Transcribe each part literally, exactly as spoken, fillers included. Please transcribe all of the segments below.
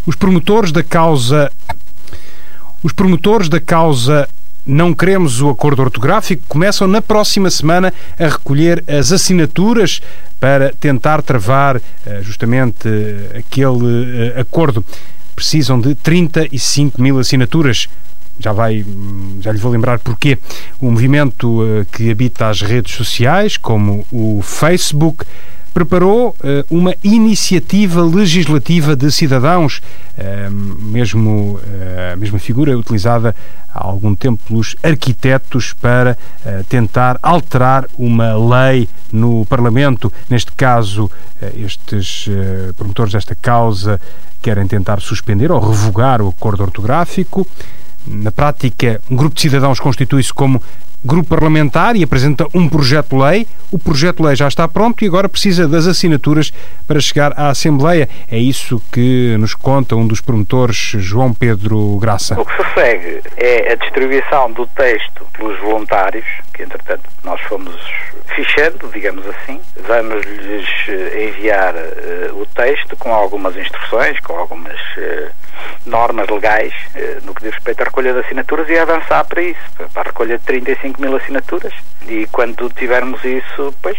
Os promotores da causa... Os promotores da causa Não Queremos o Acordo Ortográfico começam na próxima semana a recolher as assinaturas para tentar travar justamente aquele acordo. Precisam de trinta e cinco mil assinaturas. Já, vai, já lhe vou lembrar porquê. O movimento que habita as redes sociais, como o Facebook, preparou uh, uma iniciativa legislativa de cidadãos, uh, mesmo, uh, a mesma figura utilizada há algum tempo pelos arquitetos para uh, tentar alterar uma lei no Parlamento. Neste caso, uh, estes uh, promotores desta causa querem tentar suspender ou revogar o acordo ortográfico. Na prática, um grupo de cidadãos constitui-se como grupo parlamentar e apresenta um projeto de lei. O projeto de lei já está pronto e agora precisa das assinaturas para chegar à Assembleia. É isso que nos conta um dos promotores, João Pedro Graça. O que se segue é a distribuição do texto pelos voluntários, que entretanto nós fomos fichando, digamos assim. Vamos-lhes enviar uh, o texto com algumas instruções, com algumas uh, normas legais uh, no que diz respeito à recolha de assinaturas e avançar para isso, para a recolha de trinta e cinco mil assinaturas. E quando tivermos isso, pois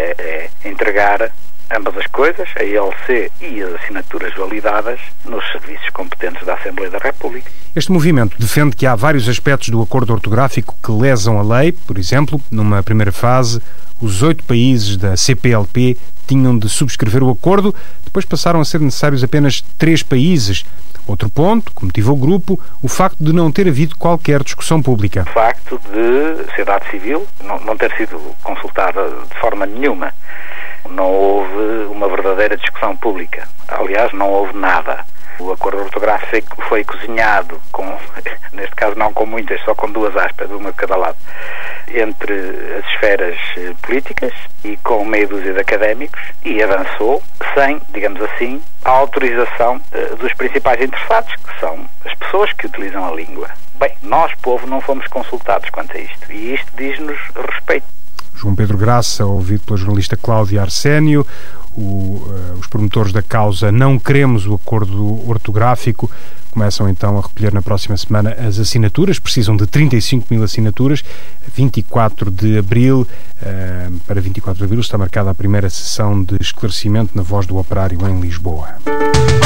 é, é entregar ambas as coisas, a I L C e as assinaturas validadas, nos serviços competentes da Assembleia da República. Este movimento defende que há vários aspectos do acordo ortográfico que lesam a lei. Por exemplo, numa primeira fase, os oito países da C P L P tinham de subscrever o acordo, depois passaram a ser necessários apenas três países. Outro ponto que motivou o grupo, o facto de não ter havido qualquer discussão pública. O facto de a sociedade civil não, não ter sido consultada de forma nenhuma. Não houve uma verdadeira discussão pública. Aliás, não houve nada. O acordo ortográfico foi cozinhado, com, neste caso não com muitas, só com duas aspas, uma de cada lado, entre as esferas políticas e com meia dúzia de académicos, e avançou sem, digamos assim, a autorização uh, dos principais interessados, que são as pessoas que utilizam a língua. Bem, nós, povo, não fomos consultados quanto a isto, e isto diz-nos respeito. João Pedro Graça, ouvido pela jornalista Cláudia Arsénio. O, uh, os promotores da causa Não Queremos o Acordo Ortográfico começam então a recolher na próxima semana as assinaturas. Precisam de trinta e cinco mil assinaturas. vinte e quatro de abril, uh, para vinte e quatro de abril está marcada a primeira sessão de esclarecimento na Voz do Operário em Lisboa.